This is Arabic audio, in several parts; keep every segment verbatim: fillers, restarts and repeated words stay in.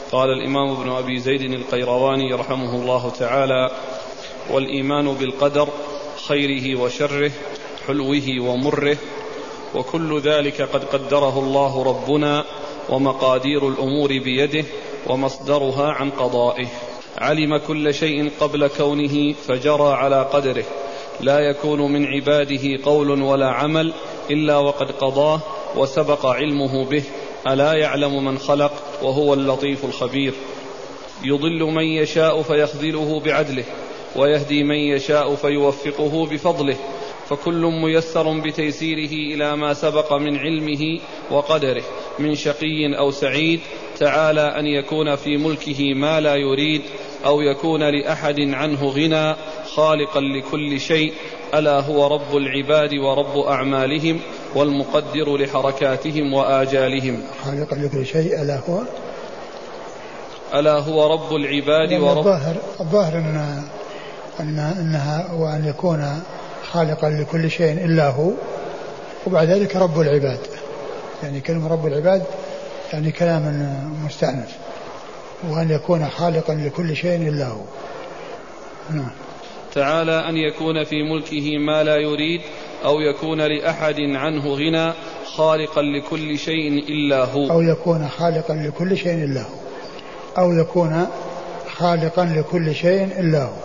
قال الإمام ابن أبي زيد القيرواني رحمه الله تعالى: والإيمان بالقدر خيره وشره حلوه ومره وكل ذلك قد قدره الله ربنا ومقادير الأمور بيده ومصدرها عن قضائه. علم كل شيء قبل كونه فجرى على قدره، لا يكون من عباده قول ولا عمل إلا وقد قضاه وسبق علمه به. ألا يعلم من خلق وهو اللطيف الخبير. يضل من يشاء فيخذله بعدله ويهدي من يشاء فيوفقه بفضله، فكل ميسر بتيسيره إلى ما سبق من علمه وقدره من شقي أو سعيد. تعالى أن يكون في ملكه ما لا يريد أو يكون لأحد عنه غنى، خالقا لكل شيء. ألا هو رب العباد ورب أعمالهم والمقدر لحركاتهم وآجالهم. خالقا لكل شيء ألا هو ألا هو رب العباد ورب الظاهر الظاهر إن أن إنها وأن يكون خالقا لكل شيء إلا هو، وبعد ذلك رب العباد، يعني كلمة رب العباد يعني كلام مستأنف، وأن يكون خالقا لكل شيء إلا هو. نعم. تعالى أن يكون في ملكه ما لا يريد أو يكون لأحد عنه غنى، خالقا لكل شيء إلا هو. أو يكون خالقا لكل شيء إلا هو أو يكون خالقا لكل شيء إلا هو،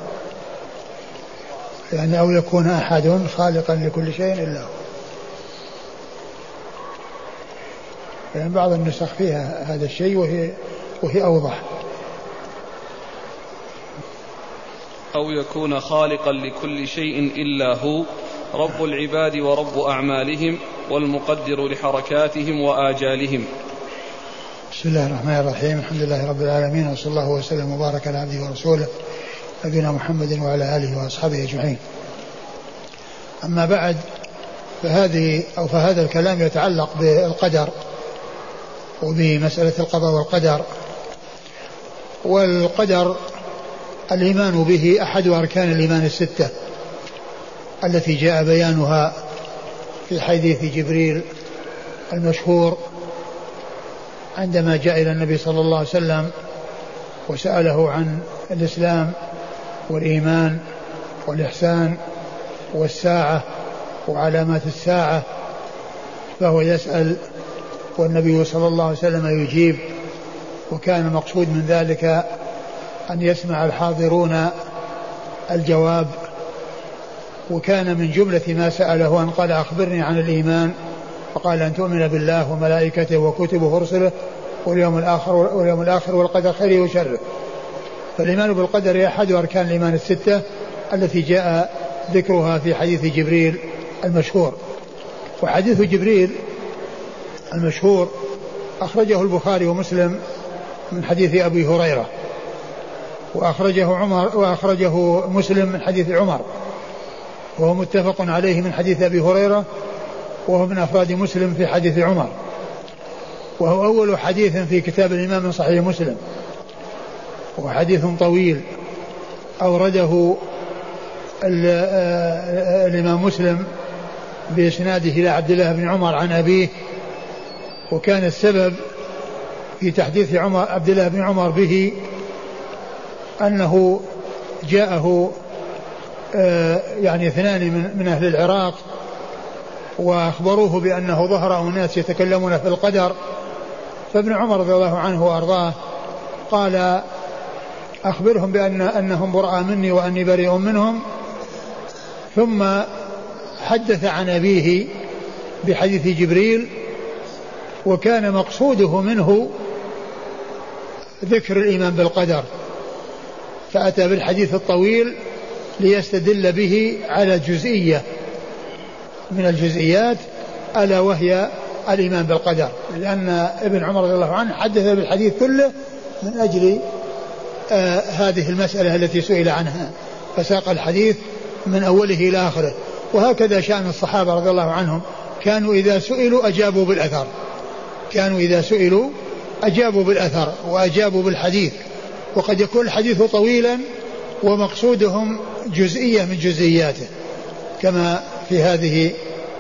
يعني أو يكون أحد خالقا لكل شيء إلا هو. يعني بعض النسخ فيها هذا الشيء وهي, وهي أوضح. أو يكون خالقا لكل شيء إلا هو، رب العباد ورب أعمالهم والمقدر لحركاتهم وآجالهم. بسم الله الرحمن الرحيم. الحمد لله رب العالمين، وصلى الله وسلم وبارك على عبده ورسوله نبينا محمد وعلى آله وأصحابه أجمعين. أما بعد، فهذه أو فهذا الكلام يتعلق بالقدر وبمسألة القضاء والقدر. والقدر الإيمان به أحد أركان الإيمان الستة التي جاء بيانها في حديث جبريل المشهور عندما جاء إلى النبي صلى الله عليه وسلم وسأله عن الإسلام والإيمان والإحسان والساعة وعلامات الساعة، فهو يسأل والنبي صلى الله عليه وسلم يجيب. وكان المقصود من ذلك أن يسمع الحاضرون الجواب. وكان من جملة ما سأله أن قال: أخبرني عن الإيمان، فقال: أن تؤمن بالله وملائكته وكتبه ورسله واليوم الآخر واليوم الآخر والقدر خيره وشره. فالإيمان بالقدر أحد أركان الإيمان الستة التي جاء ذكرها في حديث جبريل المشهور. وحديث جبريل المشهور أخرجه البخاري ومسلم من حديث أبي هريرة، وأخرجه عمر وأخرجه مسلم من حديث عمر، وهو متفق عليه من حديث أبي هريرة، وهو من أفراد مسلم في حديث عمر، وهو أول حديث في كتاب الإمام من صحيح مسلم، وحديث طويل أورده الإمام مسلم بإسناده إلى عبد الله بن عمر عن أبيه. وكان السبب في تحديث عمر عبد الله بن عمر به أنه جاءه يعني اثنان من أهل العراق وأخبروه بأنه ظهر أناس يتكلمون في القدر، فابن عمر رضي الله عنه وأرضاه قال: أخبرهم بأن أنهم براء مني وأني بريء منهم. ثم حدث عن أبيه بحديث جبريل، وكان مقصوده منه ذكر الإيمان بالقدر، فأتى بالحديث الطويل ليستدل به على جزئية من الجزئيات ألا وهي الإيمان بالقدر، لأن ابن عمر رضي الله عنه حدث بالحديث كله من أجل آه هذه المسألة التي سئل عنها، فساق الحديث من أوله إلى آخره. وهكذا شأن الصحابة رضي الله عنهم، كانوا إذا سئلوا أجابوا بالأثر كانوا إذا سئلوا أجابوا بالأثر وأجابوا بالحديث. وقد يكون الحديث طويلا ومقصودهم جزئية من جزئياته، كما في هذه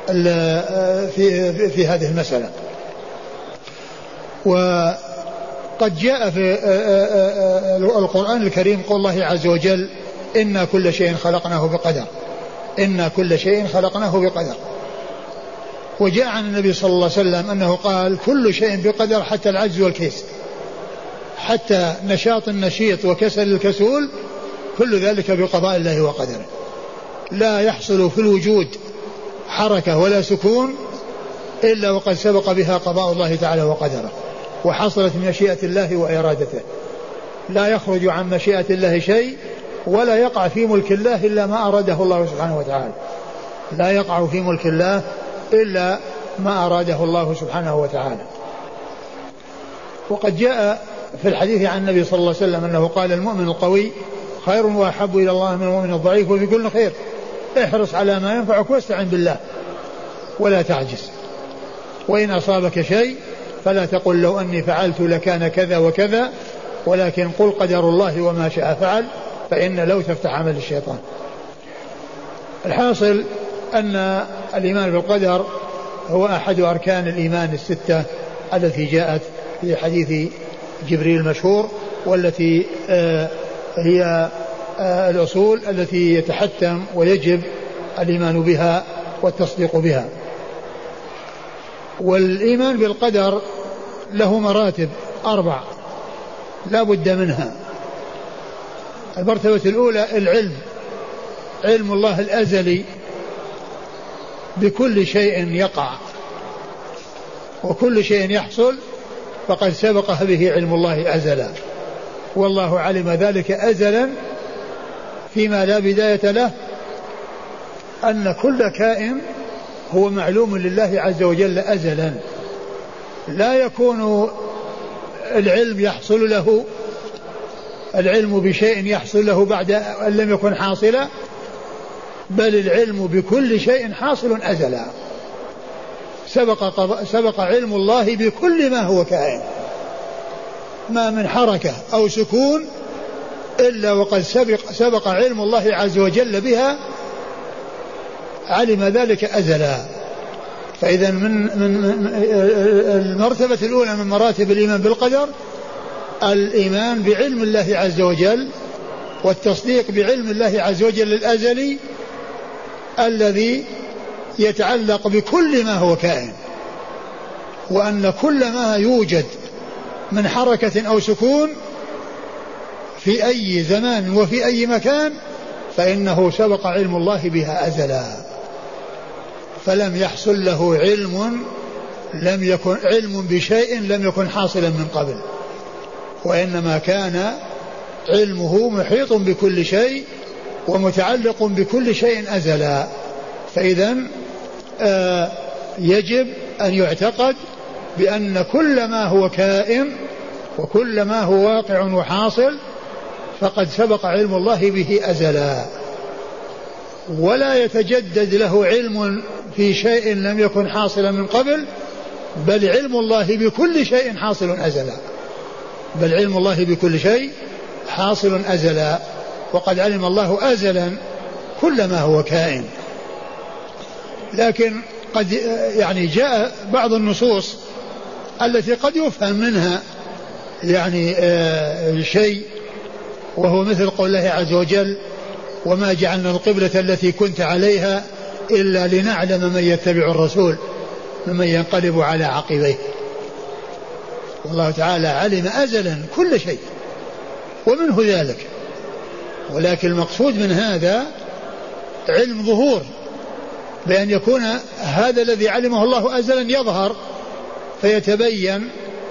في في هذه المسألة. قد جاء في القرآن الكريم قول الله عز وجل إنا كل شيء خلقناه بقدر، إنا كل شيء خلقناه بقدر. وجاء عن النبي صلى الله عليه وسلم أنه قال كل شيء بقدر حتى العجز والكيس، حتى نشاط النشيط وكسل الكسول، كل ذلك بقضاء الله وقدره. لا يحصل في الوجود حركة ولا سكون إلا وقد سبق بها قضاء الله تعالى وقدره، وحصلت من مشيئة الله وإرادته. لا يخرج عن مشيئة الله شيء، ولا يقع في ملك الله إلا ما أراده الله سبحانه وتعالى. لا يقع في ملك الله إلا ما أراده الله سبحانه وتعالى. وقد جاء في الحديث عن النبي صلى الله عليه وسلم أنه قال المؤمن القوي خير وأحب إلى الله من المؤمن الضعيف، وفي كل خير. احرص على ما ينفعك واستعن بالله ولا تعجز. وإن أصابك شيء فلا تقل لو أني فعلت لكان كذا وكذا، ولكن قل قدر الله وما شاء فعل، فإن لو تفتح عمل الشيطان. الحاصل أن الإيمان بالقدر هو أحد أركان الإيمان الستة التي جاءت في حديث جبريل المشهور، والتي آه هي آه الأصول التي يتحتم ويجب الإيمان بها والتصديق بها. والإيمان بالقدر له مراتب أربع لا بد منها. المرتبة الأولى العلم، علم الله الأزلي بكل شيء يقع وكل شيء يحصل، فقد سبقه به علم الله أزلا، والله علم ذلك أزلا فيما لا بداية له، أن كل كائن هو معلوم لله عز وجل أزلا. لا يكون العلم يحصل له العلم بشيء يحصل له بعد أن لم يكن حاصلا، بل العلم بكل شيء حاصل أزلا. سبق, سبق علم الله بكل ما هو كائن، ما من حركة أو سكون إلا وقد سبق, سبق علم الله عز وجل بها، علم ذلك أزلا. فإذا من, من المرتبة الأولى من مراتب الإيمان بالقدر الإيمان بعلم الله عز وجل، والتصديق بعلم الله عز وجل الأزلي الذي يتعلق بكل ما هو كائن، وأن كل ما يوجد من حركة أو سكون في أي زمان وفي أي مكان فإنه سبق علم الله بها أزلا، فلم يحصل له علم لم يكن علم بشيء لم يكن حاصلا من قبل، وإنما كان علمه محيط بكل شيء ومتعلق بكل شيء أزلا. فإذا آه يجب أن يعتقد بأن كل ما هو كائن وكل ما هو واقع وحاصل فقد سبق علم الله به أزلا، ولا يتجدد له علم في شيء لم يكن حاصلا من قبل، بل علم الله بكل شيء حاصل أزلا بل علم الله بكل شيء حاصل أزلا وقد علم الله أزلا كل ما هو كائن. لكن قد يعني جاء بعض النصوص التي قد يفهم منها يعني آه شيء، وهو مثل قول الله عز وجل وما جعلنا القبلة التي كنت عليها إلا لنعلم من يتبع الرسول ممن ينقلب على عقبيه. والله تعالى علم أزلا كل شيء ومنه ذلك، ولكن المقصود من هذا علم ظهور، بأن يكون هذا الذي علمه الله أزلا يظهر فيتبين،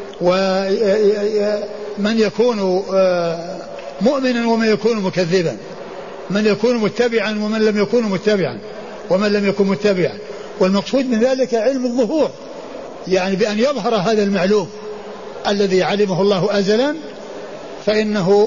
ومن يكون مؤمنا ومن يكون مكذبا، من يكون متبعا ومن لم يكن متبعا ومن لم يكن متبعا. والمقصود من ذلك علم الظهور، يعني بأن يظهر هذا المعلوم الذي علمه الله أزلا، فإنه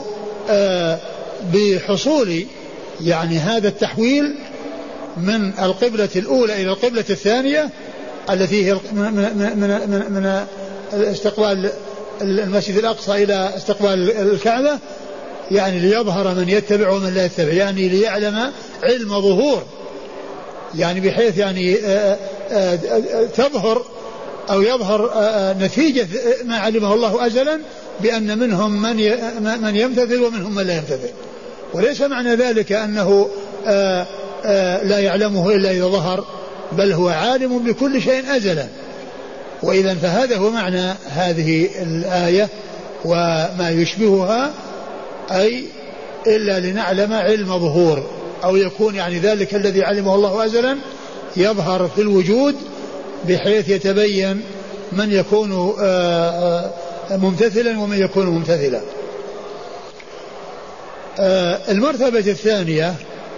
بحصول يعني هذا التحويل من القبلة الأولى إلى القبلة الثانية التي هي من, من, من, من استقبال المسجد الأقصى إلى استقبال الكعبة، يعني ليظهر من يتبع ومن لا يتبع، يعني ليعلم علم ظهور، يعني بحيث يعني تظهر أو يظهر نتيجة ما علمه الله أزلا بأن منهم من من يمتثل ومنهم من لا يمتثل. وليس معنى ذلك أنه آآ آآ لا يعلمه إلا إذا ظهر، بل هو عالم بكل شيء أزلا. وإذا فهذا هو معنى هذه الآية وما يشبهها، أي إلا لنعلم علم ظهور، أو يكون يعني ذلك الذي علمه الله أزلا يظهر في الوجود بحيث يتبين من يكون ممتثلا ومن يكون ممتثلا. المرتبة الثانية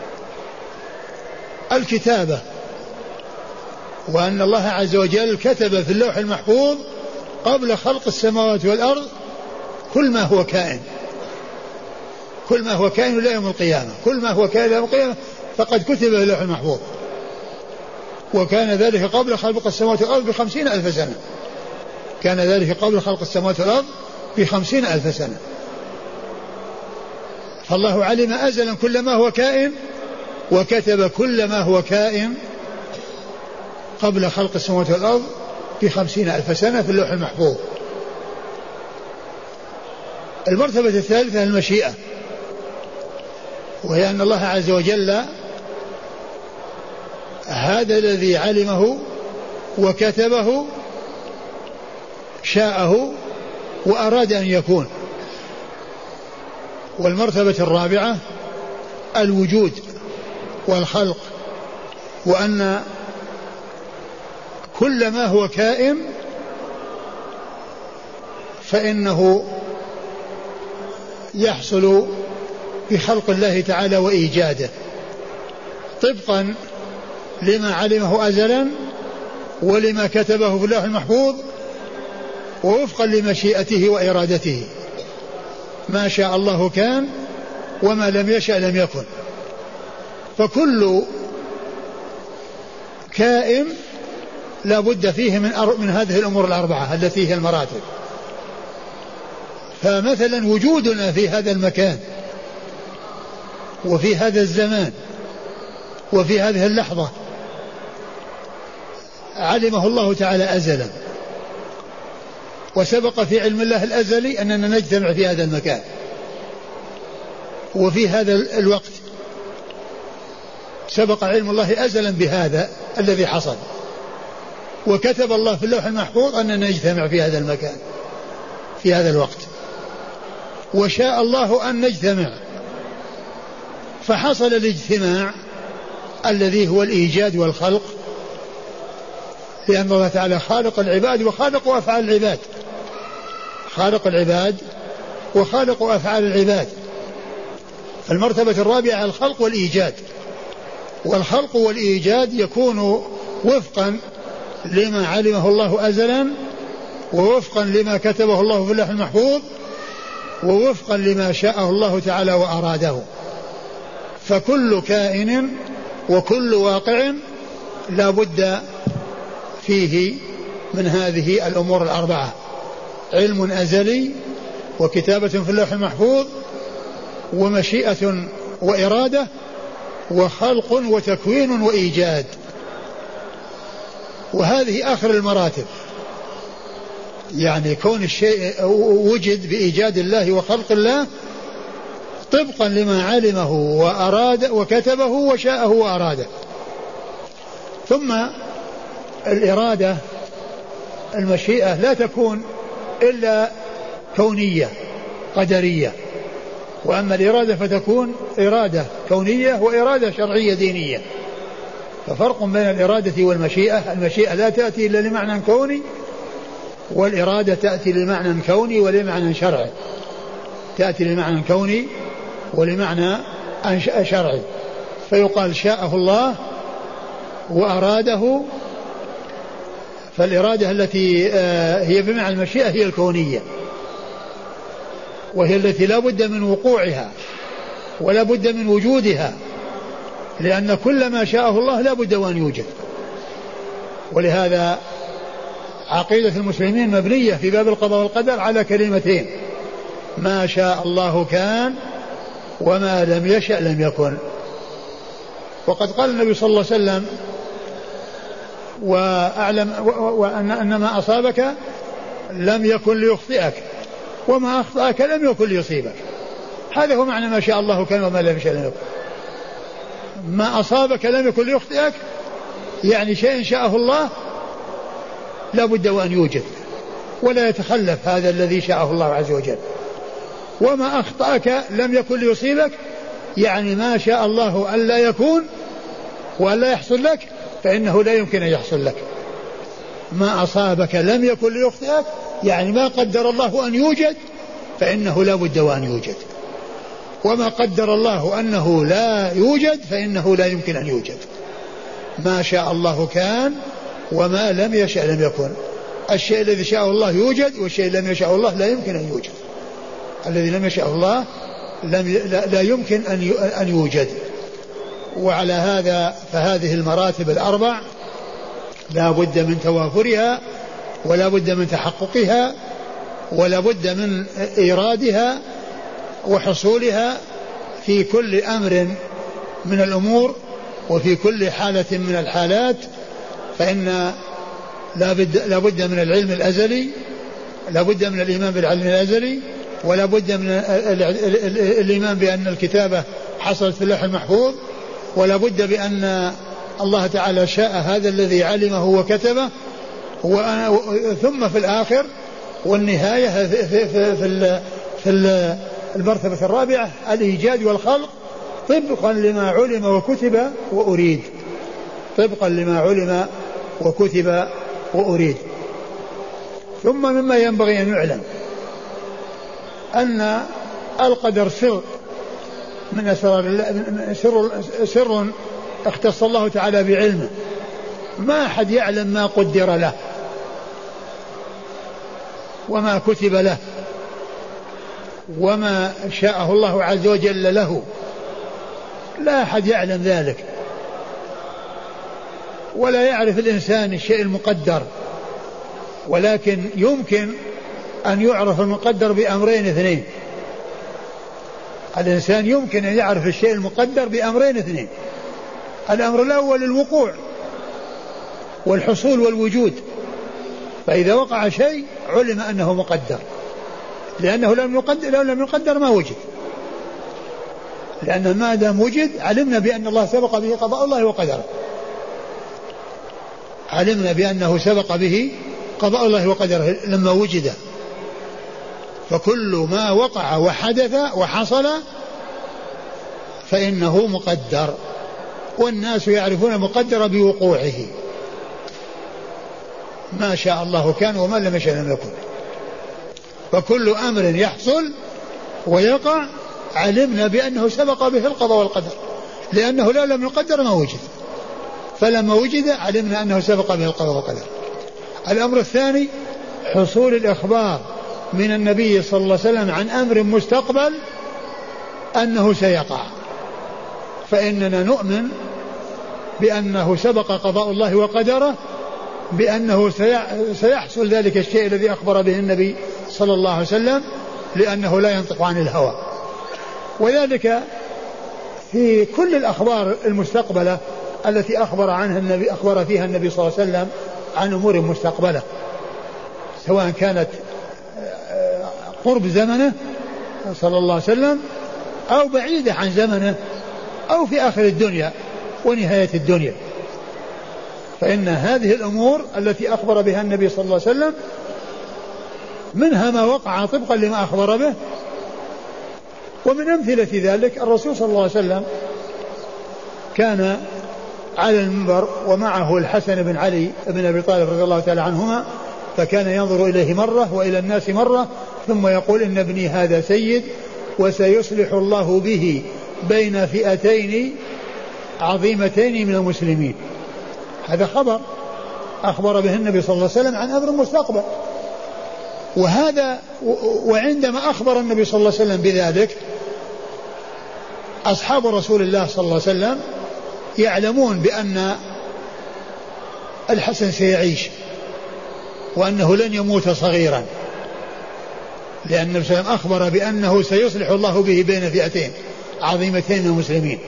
الكتابة، وأن الله عز وجل كتب في اللوح المحفوظ قبل خلق السماوات والأرض كل ما هو كائن، كل ما هو كائن إلى يوم القيامة، كل ما هو كائن إلى يوم القيامة فقد كتب في اللوح المحفوظ. وكان ذلك قبل خلق السماوات والأرض بخمسين ألف سنة، كان ذلك قبل خلق السماوات والأرض بخمسين ألف سنة. فالله علم أزلا كل ما هو كائن، وكتب كل ما هو كائن قبل خلق السماوات والأرض بخمسين ألف سنة في اللوح المحفوظ. المرتبة الثالثة المشيئة، وهي أن الله عز وجل هذا الذي علمه وكتبه شاءه وأراد أن يكون. والمرتبة الرابعة الوجود والخلق، وأن كل ما هو كائن فإنه يحصل بخلق الله تعالى وإيجاده طبقا لما علمه أزلا ولما كتبه في اللوح المحفوظ ووفقا لمشيئته وإرادته. ما شاء الله كان وما لم يشأ لم يكن. فكل كائن لا بد فيه من, من هذه الأمور الأربعة التي هي المراتب. فمثلا وجودنا في هذا المكان وفي هذا الزمان وفي هذه اللحظة علمه الله تعالى أزلا، وسبق في علم الله الأزلي أننا نجتمع في هذا المكان وفي هذا الوقت، سبق علم الله أزلا بهذا الذي حصل، وكتب الله في اللوح المحفوظ أننا نجتمع في هذا المكان في هذا الوقت، وشاء الله أن نجتمع فحصل الاجتماع الذي هو الإيجاد والخلق، لأن الله تعالى خالق العباد وخالق أفعال العباد، خالق العباد وخالق أفعال العباد. المرتبة الرابعة الخلق والإيجاد، والخلق والإيجاد يكون وفقا لما علمه الله أزلا ووفقا لما كتبه الله في اللوح المحفوظ ووفقا لما شاءه الله تعالى وأراده. فكل كائن وكل واقع لا بد فيه من هذه الأمور الأربعة: علم أزلي وكتابة في اللوح المحفوظ ومشيئة وإرادة وخلق وتكوين وإيجاد. وهذه آخر المراتب، يعني كون الشيء وجد بإيجاد الله وخلق الله طبقا لما علمه وأراد وكتبه وشاءه وأراده. ثم الإرادة المشيئة لا تكون إلا كونية قدرية، وأما الإرادة فتكون إرادة كونية وإرادة شرعية دينية. ففرق بين الإرادة والمشيئة: المشيئة لا تأتي إلا لمعنى كوني، والإرادة تأتي لمعنى كوني ولمعنى شرعي، تأتي لمعنى كوني ولمعنى شرعي. فيقال شاءه الله وأراده. فالإرادة التي هي بمعنى المشيئة هي الكونية، وهي التي لا بد من وقوعها ولا بد من وجودها، لأن كل ما شاءه الله لا بد وأن يوجد. ولهذا عقيدة المسلمين مبنية في باب القضاء والقدر على كلمتين: ما شاء الله كان وما لم يشأ لم يكن. وقد قال النبي صلى الله عليه وسلم: وأعلم وأن ما أصابك لم يكن ليخطئك وما أخطأك لم يكن ليصيبك. هذا هو معنى ما شاء الله كان وما لم يشاء لم يكن. ما أصابك لم يكن ليخطئك، يعني شيء شاءه الله لا بد وأن يوجد ولا يتخلف هذا الذي شاءه الله عز وجل. وما أخطأك لم يكن ليصيبك، يعني ما شاء الله أن لا يكون وأن لا يحصل لك فإنه لا يمكن أن يحصل لك. ما أصابك لم يكن ليخطئك، يعني ما قدر الله أن يوجد فإنه لا بد وأن يوجد، وما قدر الله أنه لا يوجد فإنه لا يمكن أن يوجد. ما شاء الله كان وما لم يشاء لم يكن. الشيء الذي شاء الله يوجد، والشيء الذي لم يشاء الله لا يمكن أن يوجد. الذي لم يشاء الله لم ي... لا... لا يمكن أن ي... أن يوجد. وعلى هذا فهذه المراتب الأربع لا بد من توافرها ولا بد من تحققها ولا بد من إيرادها وحصولها في كل أمر من الأمور وفي كل حالة من الحالات. فإن لا بد, لا بد من العلم الأزلي، لا بد من الإيمان بالعلم الأزلي، ولا بد من الإيمان بأن الكتابة حصلت في اللوح المحفوظ، ولا بد بأن الله تعالى شاء هذا الذي علمه وكتبه. ثم في الآخر والنهاية في, في, في, في المرتبة الرابعة الإيجاد والخلق طبقا لما علم وكتب وأريد، طبقا لما علم وكتب وأريد. ثم مما ينبغي أن يعلم أن القدر سر من أسرار سر, سر اختص الله تعالى بعلمه، ما أحد يعلم ما قدر له وما كتب له وما شاءه الله عز وجل له، لا أحد يعلم ذلك. ولا يعرف الإنسان الشيء المقدر، ولكن يمكن أن يعرف المقدر بأمرين اثنين. الإنسان يمكن أن يعرف الشيء المقدر بأمرين اثنين. الأمر الأول الوقوع والحصول والوجود، فإذا وقع شيء علم أنه مقدر، لأنه لم يقدر, لو لم يقدر ما وجد، لأنه ما دام وجد علمنا بأن الله سبق به قضاء الله وقدره، علمنا بأنه سبق به قضاء الله وقدره لما وجد. فكل ما وقع وحدث وحصل فإنه مقدر، والناس يعرفون المقدر بوقوعه. ما شاء الله كان وما لم يشاء لم يكن. فكل أمر يحصل ويقع علمنا بأنه سبق به القضاء والقدر، لأنه لو لم يقدر ما وجد، فلما وجد علمنا أنه سبق به القضاء والقدر. الأمر الثاني حصول الإخبار من النبي صلى الله عليه وسلم عن أمر مستقبل أنه سيقع، فإننا نؤمن بأنه سبق قضاء الله وقدره، بأنه سيحصل ذلك الشيء الذي أخبر به النبي صلى الله عليه وسلم، لأنه لا ينطق عن الهوى. وذلك في كل الأخبار المستقبلة التي أخبر عنها النبي أخبر فيها النبي صلى الله عليه وسلم عن أمور مستقبلة، سواء كانت قرب زمنه صلى الله عليه وسلم أو بعيدة عن زمنه أو في آخر الدنيا ونهاية الدنيا. فإن هذه الأمور التي أخبر بها النبي صلى الله عليه وسلم منها ما وقع طبقا لما أخبر به. ومن أمثلة ذلك الرسول صلى الله عليه وسلم كان على المنبر ومعه الحسن بن علي بن أبي طالب رضي الله تعالى عنهما، فكان ينظر إليه مرة وإلى الناس مرة ثم يقول إن ابني هذا سيد وسيصلح الله به بين فئتين عظيمتين من المسلمين. هذا خبر أخبر به النبي صلى الله عليه وسلم عن أمر مستقبل. وهذا وعندما أخبر النبي صلى الله عليه وسلم بذلك أصحاب رسول الله صلى الله عليه وسلم يعلمون بأن الحسن سيعيش وأنه لن يموت صغيرا، لأن النبي صلى الله عليه وسلم أخبر بأنه سيصلح الله به بين فئتين عظيمتين من المسلمين،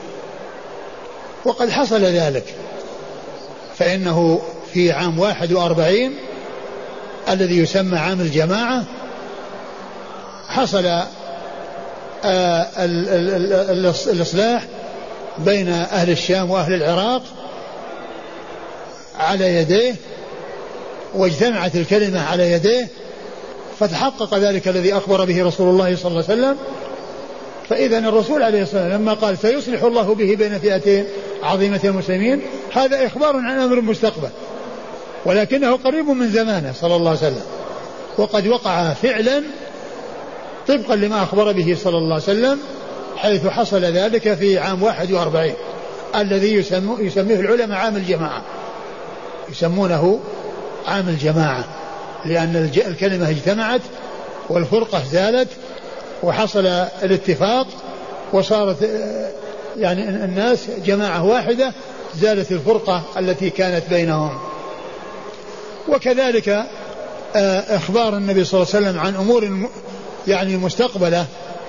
وقد حصل ذلك. فإنه في عام واحد وأربعين الذي يسمى عام الجماعة حصل الإصلاح بين أهل الشام وأهل العراق على يديه، واجتمعت الكلمة على يديه، فتحقق ذلك الذي أخبر به رسول الله صلى الله عليه وسلم. فإذا الرسول عليه الصلاة والسلام لما قال سيصلح الله به بين فئتين عظيمة المسلمين، هذا إخبار عن أمر المستقبل، ولكنه قريب من زمانه صلى الله عليه وسلم، وقد وقع فعلا طبقا لما أخبر به صلى الله عليه وسلم، حيث حصل ذلك في عام واحد وأربعين الذي يسميه العلماء عام الجماعة، يسمونه عام الجماعة، لأن الكلمة اجتمعت والفرقة زالت وحصل الاتفاق وصارت يعني الناس جماعة واحدة، زالت الفرقة التي كانت بينهم. وكذلك إخبار النبي صلى الله عليه وسلم عن أمور يعني مستقبلة،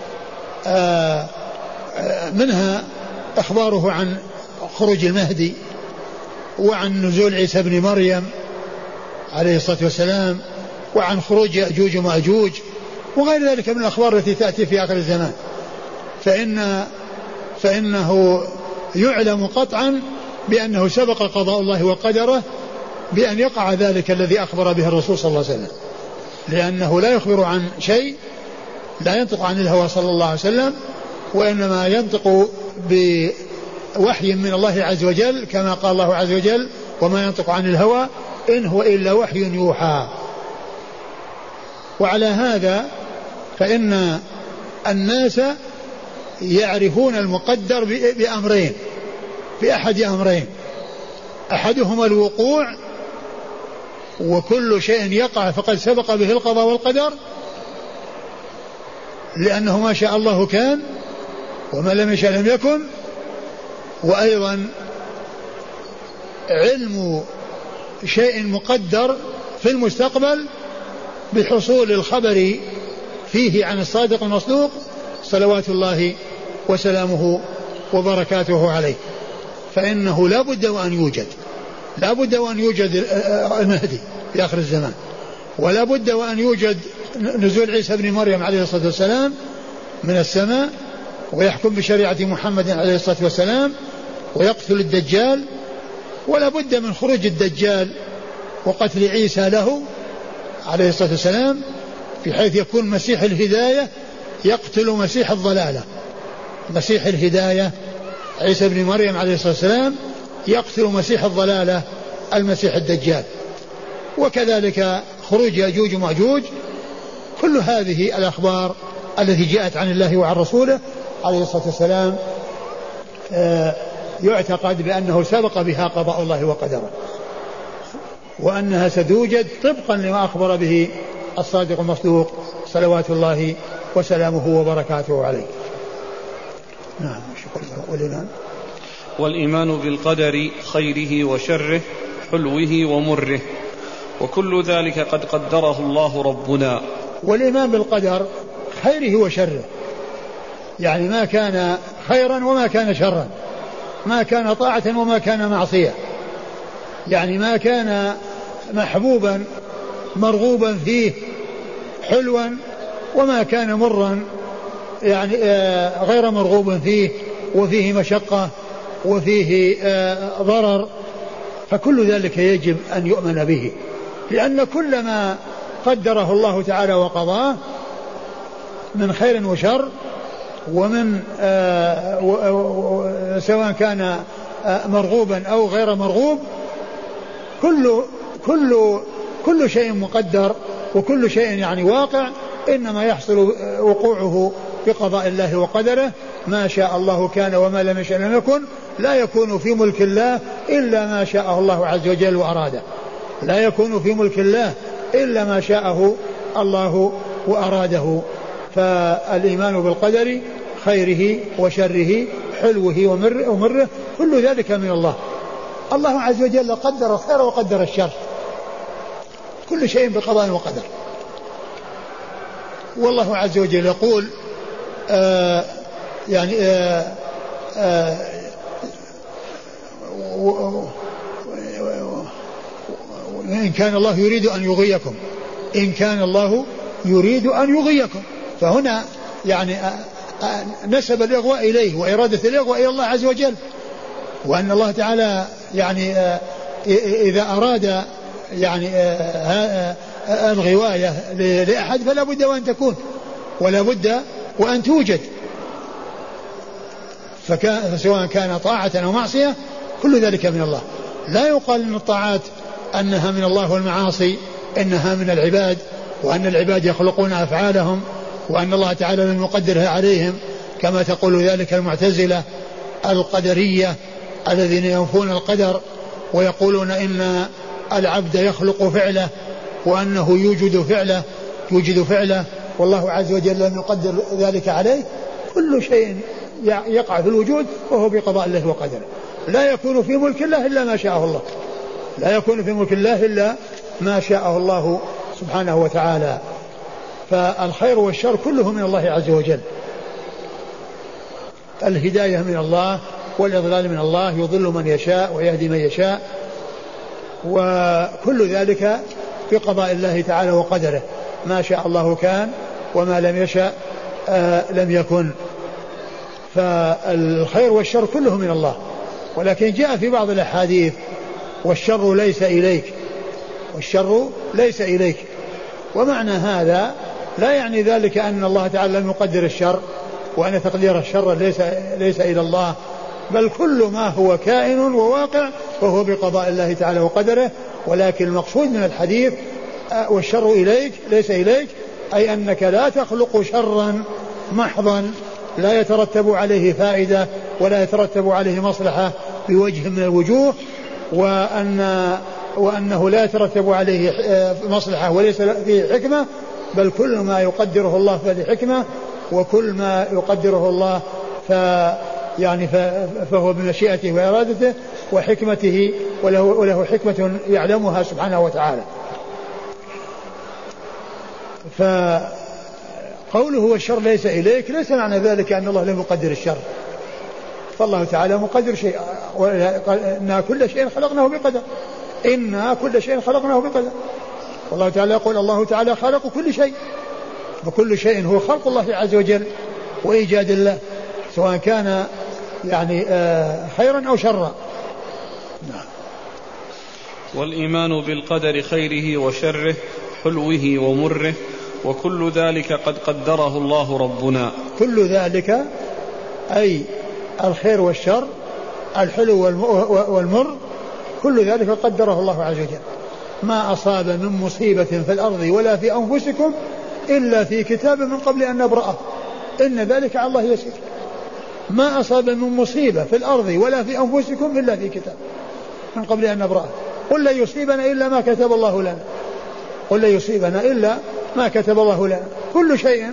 منها إخباره عن خروج المهدي، وعن نزول عيسى بن مريم عليه الصلاة والسلام، وعن خروج يأجوج ومأجوج، وغير ذلك من الأخبار التي تأتي في آخر الزمان. فإن فإنه يعلم قطعا بأنه سبق قضاء الله وقدره بأن يقع ذلك الذي أخبر به الرسول صلى الله عليه وسلم، لأنه لا يخبر عن شيء، لا ينطق عن الهوى صلى الله عليه وسلم، وإنما ينطق بوحي من الله عز وجل، كما قال الله عز وجل وما ينطق عن الهوى إن هو إلا وحي يوحى. وعلى هذا فإن الناس يعرفون المقدر بأمرين، بأحد أمرين، أحدهما الوقوع، وكل شيء يقع فقد سبق به القضاء والقدر، لأنه ما شاء الله كان وما لم يشاء لم يكن. وأيضا علم شيء مقدر في المستقبل بحصول الخبر فيه عن الصادق المصدوق صلوات الله وسلامه وبركاته عليه. فإنه لا بد وأن يوجد لا بد وأن يوجد المهدي في آخر الزمان، ولا بد وأن يوجد نزول عيسى بن مريم عليه الصلاة والسلام من السماء ويحكم بشريعة محمد عليه الصلاة والسلام ويقتل الدجال، ولا بد من خروج الدجال وقتل عيسى له عليه الصلاة والسلام، بحيث يكون مسيح الهداية يقتل مسيح الضلالة. مسيح الهداية عيسى بن مريم عليه الصلاة والسلام يقتل مسيح الضلالة المسيح الدجال. وكذلك خروج يأجوج ومأجوج. كل هذه الأخبار التي جاءت عن الله وعن رسوله عليه الصلاة والسلام يعتقد بأنه سبق بها قضاء الله وقدره، وأنها ستوجد طبقا لما أخبر به الصادق المصدوق صلوات الله وسلامه وبركاته عليه. نعم. والإيمان والإيمان بالقدر خيره وشره حلوه ومره، وكل ذلك قد قدره الله ربنا. والإيمان بالقدر خيره وشره، يعني ما كان خيرا وما كان شرا، ما كان طاعة وما كان معصية، يعني ما كان محبوبا مرغوبا فيه حلوا وما كان مرا يعني غير مرغوب فيه وفيه مشقة وفيه ضرر، فكل ذلك يجب أن يؤمن به، لأن كل ما قدره الله تعالى وقضاه من خير وشر، ومن سواء كان مرغوبا أو غير مرغوب، كل كل كل شيء مقدر، وكل شيء يعني واقع، إنما يحصل وقوعه بقضاء الله وقدره. ما شاء الله كان وما لم يشاء لم يكن. لا يكون في ملك الله إلا ما شاءه الله عز وجل وأراده، لا يكون في ملك الله إلا ما شاءه الله وأراده. فالإيمان بالقدر خيره وشره حلوه ومره, ومره كل ذلك من الله. الله عز وجل قدر الخير وقدر الشر، كل شيء بقضاء وقدر. والله عز وجل يقول آه يعني آه آه إن كان الله يريد أن يغيكم إن كان الله يريد أن يغيكم فهنا يعني نسب الإغواء إليه وإرادة الإغواء إلى الله عز وجل، وأن الله تعالى يعني إذا أراد يعني الغواية لأحد فلا بد وأن تكون ولا بد وأن توجد، فسواء كان طاعة أو معصية كل ذلك من الله. لا يقال أن الطاعات أنها من الله والمعاصي إنها من العباد، وأن العباد يخلقون أفعالهم وأن الله تعالى لم يقدرها عليهم كما تقول ذلك المعتزلة القدرية الذين ينفون القدر ويقولون إن العبد يخلق فعله وأنه يوجد فعله يوجد فعله والله عز وجل لم يقدر ذلك عليه. كل شيء يقع في الوجود وهو بقضاء الله وقدره، لا يكون في ملك الله إلا ما شاءه الله، لا يكون في ملك الله إلا ما شاءه الله سبحانه وتعالى. فالخير والشر كله من الله عز وجل، الهداية من الله والإضلال من الله، يضل من يشاء ويهدي من يشاء، وكل ذلك بقضاء الله تعالى وقدره، ما شاء الله كان وما لم يشاء آه لم يكن. فالخير والشر كله من الله، ولكن جاء في بعض الأحاديث والشر ليس إليك، والشر ليس إليك، ومعنى هذا لا يعني ذلك أن الله تعالى لم يقدر الشر وأن تقدير الشر ليس, ليس إلى الله، بل كل ما هو كائن وواقع فهو بقضاء الله تعالى وقدره. ولكن المقصود من الحديث والشر إليك ليس إليك، أي أنك لا تخلق شرا محضا لا يترتب عليه فائدة ولا يترتب عليه مصلحة بوجه من الوجوه، وأن وأنه لا يترتب عليه مصلحة وليس فيه حكمة، بل كل ما يقدره الله فهذه حكمة، وكل ما يقدره الله ف يعني فهو بمشيئته وإرادته وحكمته، وله, وله حكمة يعلمها سبحانه وتعالى. فقوله والشر ليس إليك ليس معنى ذلك أن الله لم يقدر الشر، فالله تعالى مقدر شيء، إنا كل شيء خلقناه بقدر، إنا كل شيء خلقناه بقدر. والله تعالى يقول الله تعالى خالق كل شيء، وكل شيء هو خلق الله عز وجل وإيجاد الله، سواء كان يعني خيرا أو شرا. نعم. والإيمان بالقدر خيره وشره حلوه ومره وكل ذلك قد قدره الله ربنا. كل ذلك أي الخير والشر الحلو والمر كل ذلك قدره الله عز وجل. ما أصاب من مصيبة في الأرض ولا في أنفسكم إلا في كتاب من قبل أن نبرأه إن ذلك على الله يسير. ما أصاب من مصيبة في الأرض ولا في أنفسكم إلا في كتاب من قبل أن نبرأه. قل لا يصيبنا إلا ما كتب الله لنا، قل لا يصيبنا إلا ما كتب الله لنا. كل شيء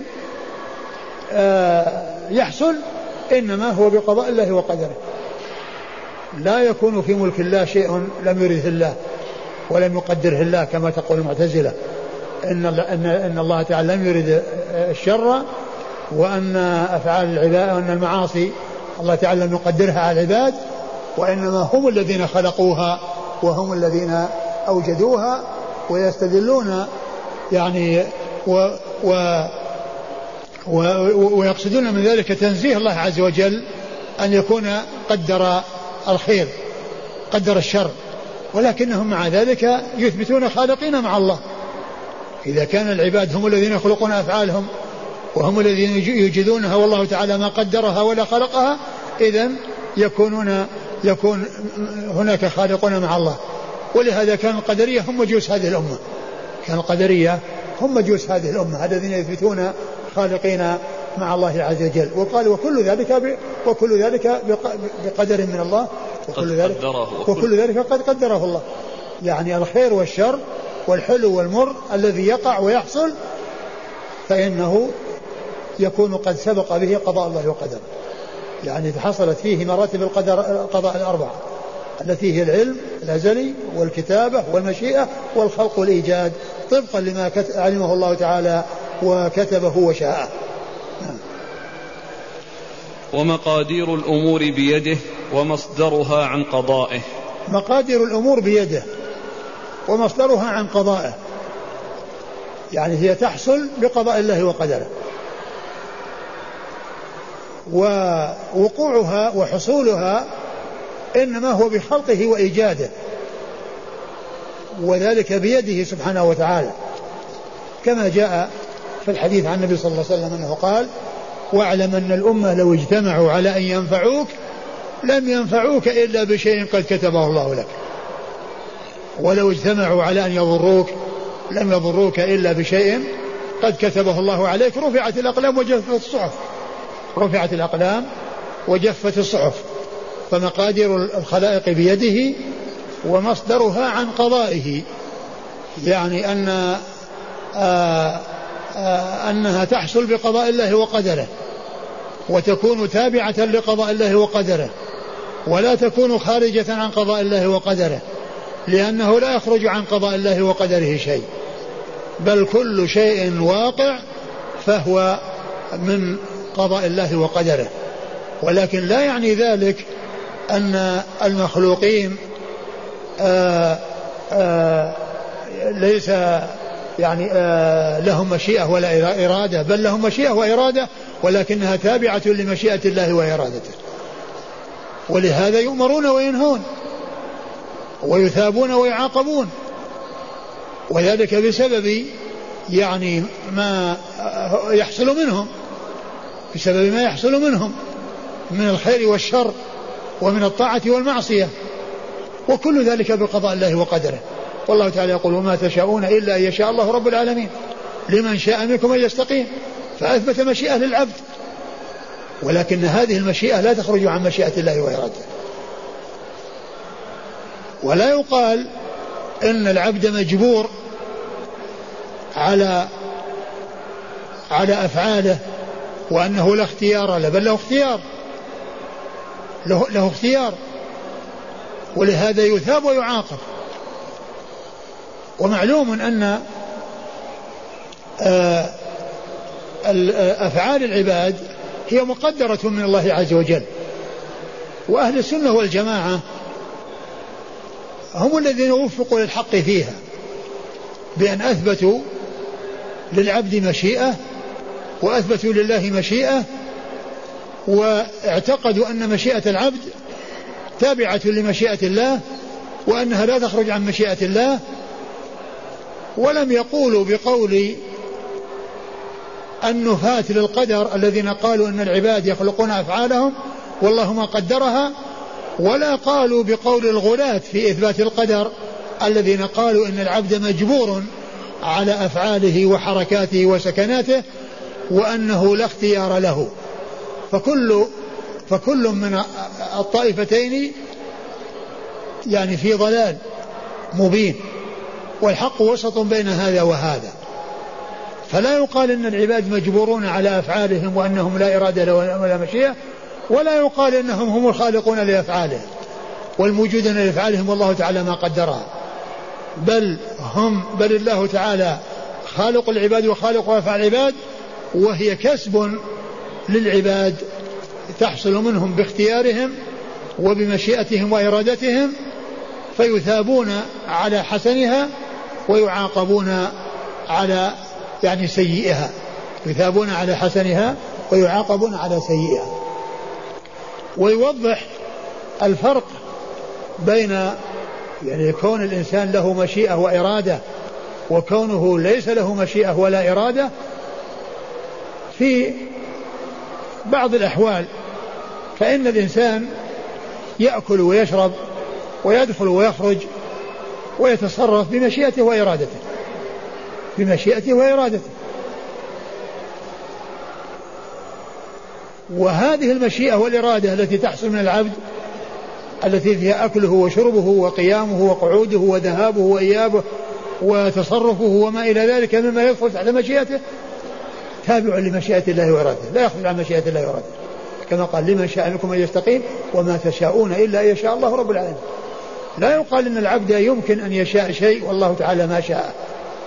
آه يحصل إنما هو بقضاء الله وقدره، لا يكون في ملك الله شيء لم يرده الله ولم يقدره الله كما تقول المعتزلة إن, إن الله تعالى لم يرد الشر، وأن أفعال العباد وأن المعاصي الله تعالى لم يقدرها على العباد، وإنما هم الذين خلقوها وهم الذين أوجدوها. ويستدلون يعني و و و ويقصدون من ذلك تنزيه الله عز وجل أن يكون قدر الخير قدر الشر، ولكنهم مع ذلك يثبتون خالقين مع الله. إذا كان العباد هم الذين يخلقون أفعالهم وهم الذين يوجدونها والله تعالى ما قدرها ولا خلقها، إذن يكونون يكون هناك خالقون مع الله. ولهذا كان القدرية هم مجوس هذه الأمة، كان القدرية هم مجوس هذه الأمة الذين يثبتون خالقين مع الله عز وجل. وقال وكل ذلك ب... وكل ذلك بقدر من الله، وكل ذلك وكل ذلك قد قدره الله. يعني الخير والشر والحلو والمر الذي يقع ويحصل فإنه يكون قد سبق به قضاء الله وقدره. يعني حصلت فيه مراتب القدر القضاء الأربعة التي هي العلم الأزلي والكتابة والمشيئة والخلق والإيجاد طبقا لما علمه الله تعالى وكتبه وشاءه. ومقادير الأمور بيده ومصدرها عن قضائه. مقادير الأمور بيده ومصدرها عن قضائه، يعني هي تحصل بقضاء الله وقدره. ووقوعها وحصولها إنما هو بخلقه وإيجاده، وذلك بيده سبحانه وتعالى، كما جاء في الحديث عن النبي صلى الله عليه وسلم أنه قال: واعلم أن الأمة لو اجتمعوا على أن ينفعوك لم ينفعوك إلا بشيء قد كتبه الله لك، ولو اجتمعوا على أن يضروك لم يضروك إلا بشيء قد كتبه الله عليك. رفعت الأقلام وجفت الصحف، رفعت الأقلام وجفت الصحف، فمقادير الخلائق بيده ومصدرها عن قضائه، يعني أن آآ آآ أنها تحصل بقضاء الله وقدره، وتكون تابعة لقضاء الله وقدره، ولا تكون خارجة عن قضاء الله وقدره، لأنه لا يخرج عن قضاء الله وقدره شيء، بل كل شيء واقع فهو من قضاء الله وقدره. ولكن لا يعني ذلك أن المخلوقين آآ آآ ليس يعني لهم مشيئة ولا إرادة، بل لهم مشيئة وإرادة، ولكنها تابعة لمشيئة الله وإرادته، ولهذا يؤمرون وينهون ويثابون ويعاقبون، وذلك بسبب يعني ما يحصل منهم، بسبب ما يحصل منهم من الخير والشر ومن الطاعة والمعصية، وكل ذلك بقضاء الله وقدره. والله تعالى يقول: وما تشاءون إلا أن يشاء الله رب العالمين لمن شاء منكم أن يستقيم، فأثبت مشيئة للعبد، ولكن هذه المشيئة لا تخرج عن مشيئة الله وإرادته. ولا يقال إن العبد مجبور على على أفعاله وأنه لا اختيار له، بل له اختيار، له, له اختيار، ولهذا يثاب ويعاقب. ومعلوم أن أفعال العباد هي مقدرة من الله عز وجل، وأهل السنة والجماعة هم الذين وفقوا للحق فيها، بأن أثبتوا للعبد مشيئة وأثبتوا لله مشيئة، واعتقدوا أن مشيئة العبد تابعة لمشيئة الله وأنها لا تخرج عن مشيئة الله، ولم يقولوا بقول النفاة للقدر الذين قالوا أن العباد يخلقون أفعالهم والله ما قدرها، ولا قالوا بقول الغلاة في إثبات القدر الذين قالوا أن العبد مجبور على أفعاله وحركاته وسكناته وأنه لا اختيار له. فكل فكل من الطائفتين يعني في ضلال مبين، والحق وسط بين هذا وهذا. فلا يقال إن العباد مجبورون على أفعالهم وأنهم لا إرادة ولا مشيئة، ولا يقال إنهم هم الخالقون لأفعالهم والموجودين لأفعالهم والله تعالى ما قدرها، بل هم بل الله تعالى خالق العباد وخالق أفعال العباد، وهي كسب للعباد تحصل منهم باختيارهم وبمشيئتهم وإرادتهم، فيثابون على حسنها ويعاقبون على يعني سيئها، يثابون على حسنها ويعاقبون على سيئها. ويوضح الفرق بين يعني كون الإنسان له مشيئة وإرادة وكونه ليس له مشيئة ولا إرادة في بعض الأحوال. فإن الإنسان يأكل ويشرب ويدخل ويخرج ويتصرف بمشيئته وإرادته، بمشيئته وإرادته، وهذه المشيئة والإرادة التي تحصل من العبد التي فيها أكله وشربه وقيامه وقعوده وذهابه وإيابه وتصرفه وما إلى ذلك مما يدخل تحت مشيئته تابع لمشيئة الله وإرادته، لا يخرج عن مشيئة الله وإرادته، كما قال: لمن شاء منكم أن يستقيم وما تشاءون إلا أن يشاء الله رب العالمين. لا يقال إن العبد يمكن أن يشاء شيء والله تعالى ما شاء.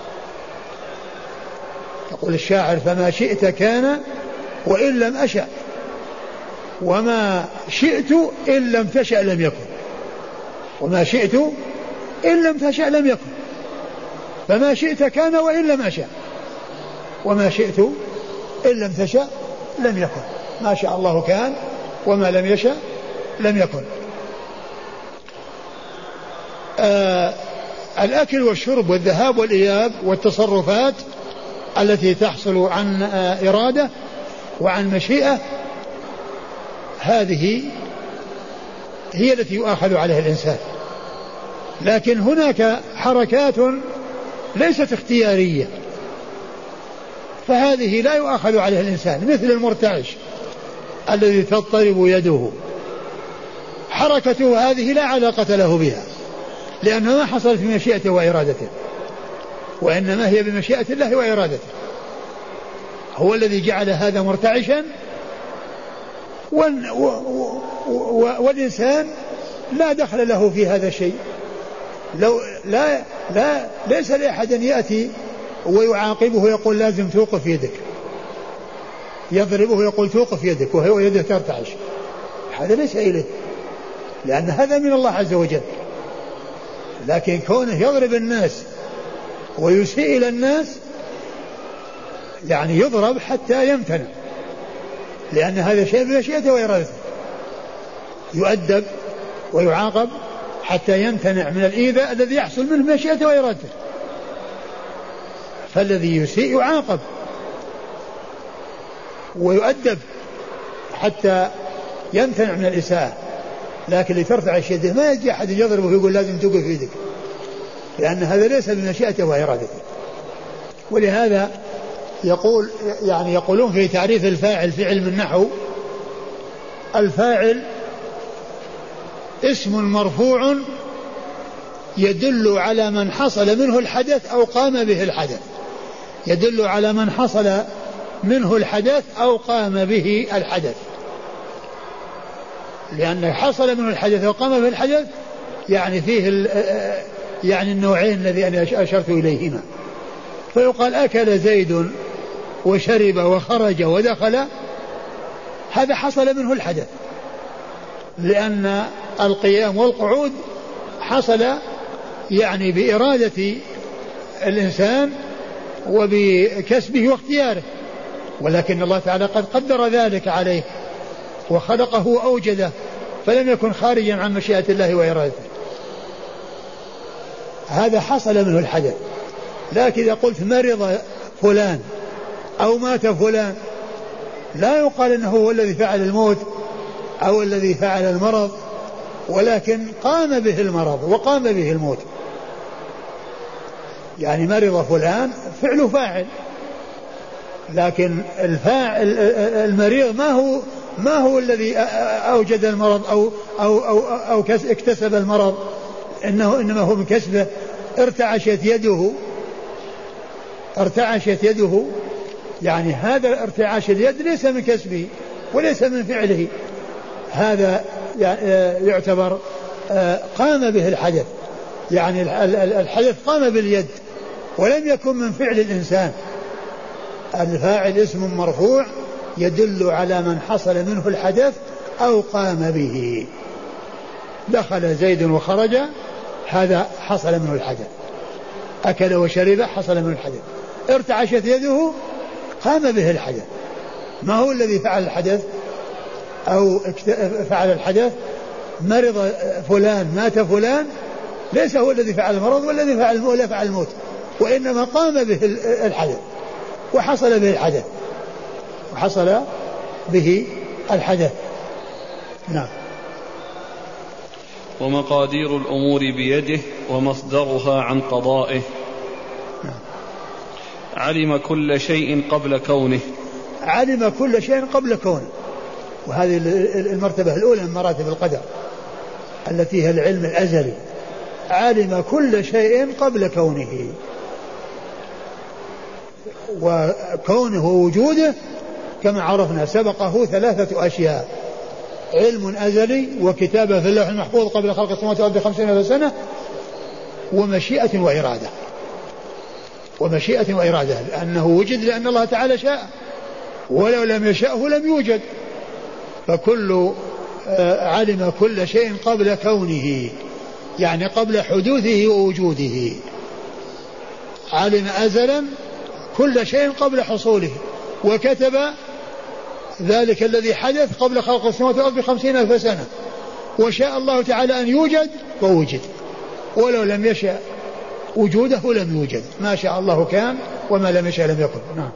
يقول الشاعر: فما شئت كان وإن لم أشأ، وما شئت إن لم تشأ لم يكن، وما شئت إن لم تشأ لم يكن، فما شئت كان وإن لم أشأ، وما شئت إن لم تشأ لم يكن. ما شاء الله كان وما لم يشأ لم يكن. آه الأكل والشرب والذهاب والإياب والتصرفات التي تحصل عن آه إرادة وعن مشيئة، هذه هي التي يؤاخذ عليها الإنسان. لكن هناك حركات ليست اختيارية، فهذه لا يؤاخذ عليها الإنسان، مثل المرتعش الذي تضطرب يده، حركته هذه لا علاقة له بها، لأنها ما حصلت بمشيئته وإرادته، وإنما هي بمشيئة الله وإرادته. هو الذي جعل هذا مرتعشا، والإنسان لا دخل له في هذا الشيء. لو لا لا ليس لأحد أن يأتي ويعاقبه يقول لازم توقف يدك، يضربه يقول توقف يدك وهو يده ترتعش، هذا ليس إليه، لأن هذا من الله عز وجل. لكن كونه يضرب الناس ويسيء إلى الناس، يعني يضرب حتى يمتنع، لأن هذا شيء بمشيئته وإرادته، يؤدب ويعاقب حتى يمتنع من الإيذاء الذي يحصل منه بمشيئته وإرادته. فالذي يسيء يعاقب ويؤدب حتى يمتنع من الإساءة، لكن لترتعش يده ما يجي أحد يضربه ويقول لازم توقف يدك، لأن هذا ليس بمشيئته وإرادته. ولهذا يقول يعني يقولون في تعريف الفاعل في علم النحو: الفاعل اسم مرفوع يدل على من حصل منه الحدث أو قام به الحدث، يدل على من حصل منه الحدث أو قام به الحدث، لأن حصل منه الحدث أو قام به الحدث يعني فيه يعني النوعين الذي أنا أشرت إليهما. فيقال أكل زيد وشرب وخرج ودخل، هذا حصل منه الحدث، لأن القيام والقعود حصل يعني بإرادة الإنسان وبكسبه واختياره، ولكن الله تعالى قد قدر ذلك عليه وخلقه وأوجده، فلم يكن خارجا عن مشيئة الله وإرادته، هذا حصل منه الحدث. لكن إذا قلت مرض فلان أو مات فلان، لا يقال أنه هو الذي فعل الموت أو الذي فعل المرض، ولكن قام به المرض وقام به الموت. يعني مرض فلان فعله فاعل، لكن الفاعل المريض ما هو ما هو الذي أوجد المرض أو أو أو, أو اكتسب المرض، إنه إنما هو من كسبه. ارتعشت يده ارتعشت يده يعني هذا ارتعاش اليد ليس من كسبه وليس من فعله، هذا يعتبر قام به الحدث، يعني الحدث قام باليد ولم يكن من فعل الإنسان. الفاعل اسم مرفوع يدل على من حصل منه الحدث أو قام به. دخل زيد وخرج، هذا حصل منه الحدث. أكل وشرب حصل منه الحدث. ارتعشت يده قام به الحدث، ما هو الذي فعل الحدث أو فعل الحدث. مرض فلان مات فلان ليس هو الذي فعل المرض والذي فعل ولا فعل الموت، وإنما قام به الحدث وحصل به الحدث وحصل به الحدث. نعم. ومقادير الأمور بيده ومصدرها عن قضائه. نعم. علم كل شيء قبل كونه. علم كل شيء قبل كونه، وهذه المرتبة الأولى من مراتب القدر التي هي العلم الأزلي. علم كل شيء قبل كونه، وكونه وجوده كما عرفنا سبقه ثلاثة أشياء: علم أزلي، وكتابة في اللوح المحفوظ قبل خلق السماوات والأرض بخمسين ألف سنة، ومشيئة وإرادة. ومشيئة وإرادة لأنه وجد لأن الله تعالى شاء، ولو لم يشأه لم يوجد. فكل علم كل شيء قبل كونه، يعني قبل حدوثه ووجوده. علم أزلا كل شيء قبل حصوله، وكتب ذلك الذي حدث قبل خلق السماوات والأرض بخمسين ألف سنة، وشاء الله تعالى أن يوجد ووجد، ولو لم يشاء وجوده لم يوجد. ما شاء الله كان وما لم يشاء لم يكن. نعم.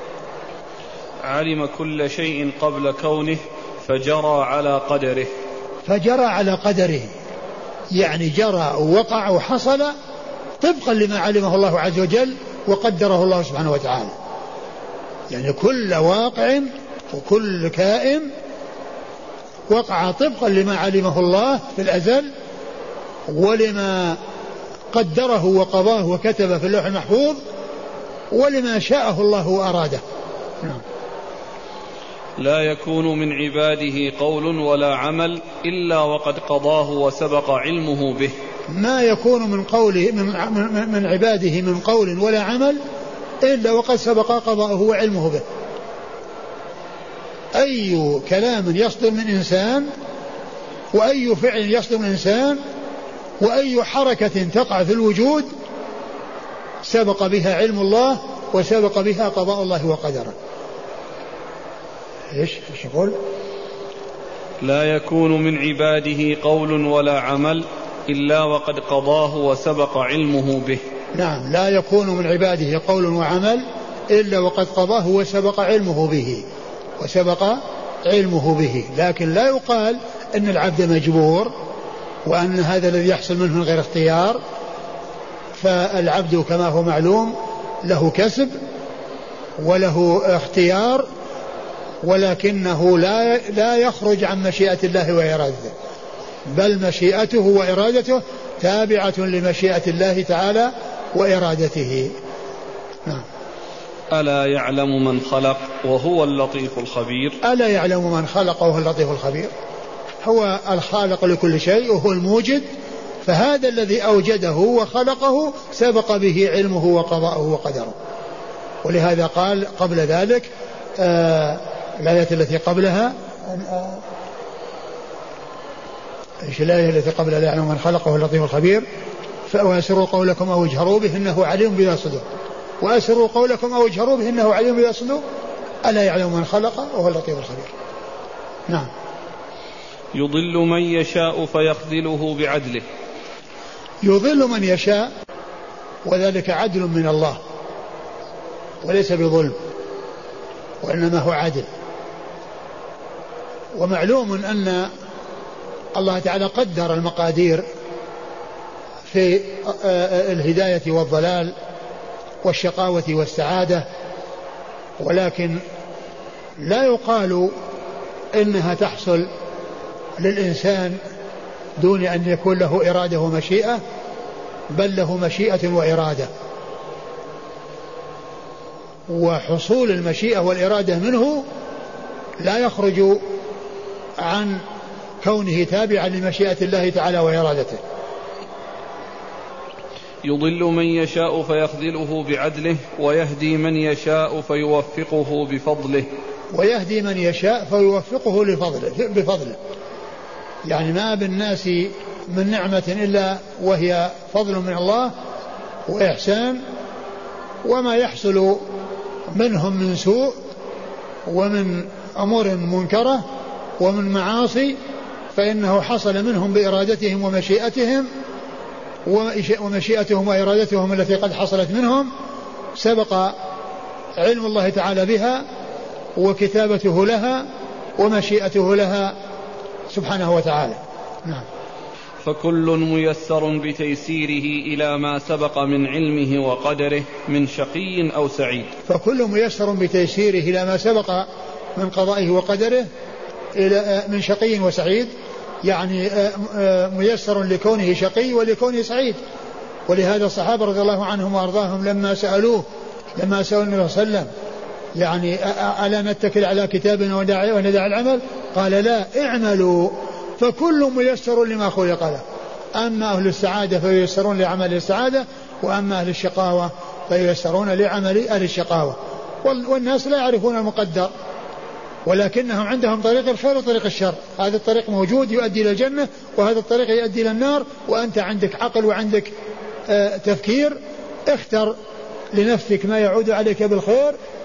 علم كل شيء قبل كونه فجرى على قدره. فجرى على قدره يعني جرى ووقع وحصل طبقا لما علمه الله عز وجل وقدره الله سبحانه وتعالى. يعني كل واقع وكل كائن وقع طبقا لما علمه الله في الأزل ولما قدره وقضاه وكتب في اللوح المحفوظ ولما شاءه الله وأراده. نعم. لا يكون من عباده قول ولا عمل إلا وقد قضاه وسبق علمه به. ما يكون من قوله من, من, من عباده من قول ولا عمل إلا وقد سبق قضاؤه وعلمه به. أي كلام يصدر من إنسان وأي فعل يصدر من إنسان وأي حركة تقع في الوجود سبق بها علم الله وسبق بها قضاء الله وقدره. إيش إيش يقول؟ لا يكون من عباده قول ولا عمل إلا وقد قضاه وسبق علمه به. نعم. لا يكون من عباده قول وعمل إلا وقد قضاه وسبق علمه به وسبق علمه به. لكن لا يقال أن العبد مجبور وأن هذا الذي يحصل منه من غير اختيار. فالعبد كما هو معلوم له كسب وله اختيار ولكنه لا لا يخرج عن مشيئة الله وإرادته، بل مشيئته وإرادته تابعة لمشيئة الله تعالى وإرادته. نعم. ألا يعلم من خلق وهو اللطيف الخبير. ألا يعلم من خلق وهو اللطيف الخبير. هو الخالق لكل شيء وهو الموجد، فهذا الذي أوجده وخلقه سبق به علمه وقضاءه وقدره. ولهذا قال قبل ذلك آه الآية التي قبلها آه ايش الآية التي قبلها لا يعلم من خلق وهو اللطيف الخبير. وأسروا قولكم أو اجهروا به إنه عليم بذات الصدور. وأسروا قولكم أو اجهروا به إنه عليم بذات الصدور. ألا يعلم من خلق وهو اللطيف الخبير. نعم. يضل من يشاء فيخذله بعدله. يضل من يشاء وذلك عدل من الله وليس بظلم وإنما هو عدل. ومعلوم أن الله تعالى قدر المقادير في الهداية والضلال والشقاوة والسعادة، ولكن لا يقال إنها تحصل للإنسان دون أن يكون له إرادة ومشيئة، بل له مشيئة وإرادة، وحصول المشيئة والإرادة منه لا يخرج عن كونه تابعا لمشيئة الله تعالى وإرادته. يضل من يشاء فيخذله بعدله ويهدي من يشاء فيوفقه بفضله. ويهدي من يشاء فيوفقه لفضله بفضله. يعني ما بالناس من نعمة إلا وهي فضل من الله وإحسان، وما يحصل منهم من سوء ومن أمور منكرة ومن معاصي فإنه حصل منهم بإرادتهم ومشيئتهم، ومشيئتهم وإرادتهم التي قد حصلت منهم سبق علم الله تعالى بها وكتابته لها ومشيئته لها سبحانه وتعالى. نعم. فكل ميسر بتيسيره إلى ما سبق من علمه وقدره من شقي أو سعيد. فكل ميسر بتيسيره إلى ما سبق من قضائه وقدره إلى من شقي وسعيد، يعني ميسر لكونه شقي ولكونه سعيد. ولهذا الصحابة رضي الله عنهم وأرضاهم لما سألوه لما سألوا النبي صلى الله عليه وسلم يعني ألا نتكل على كتابنا وندع العمل؟ قال لا، اعملوا فكل ميسر لما خلق له. أما أهل السعادة فييسرون لعمل السعادة، وأما أهل الشقاوة فييسرون لعمل أهل الشقاوة. والناس لا يعرفون المقدر، ولكنهم عندهم طريق الخير وطريق الشر. هذا الطريق موجود يؤدي إلى الجنة، وهذا الطريق يؤدي إلى النار، وأنت عندك عقل وعندك آه تفكير، اختر لنفسك ما يعود عليك بالخير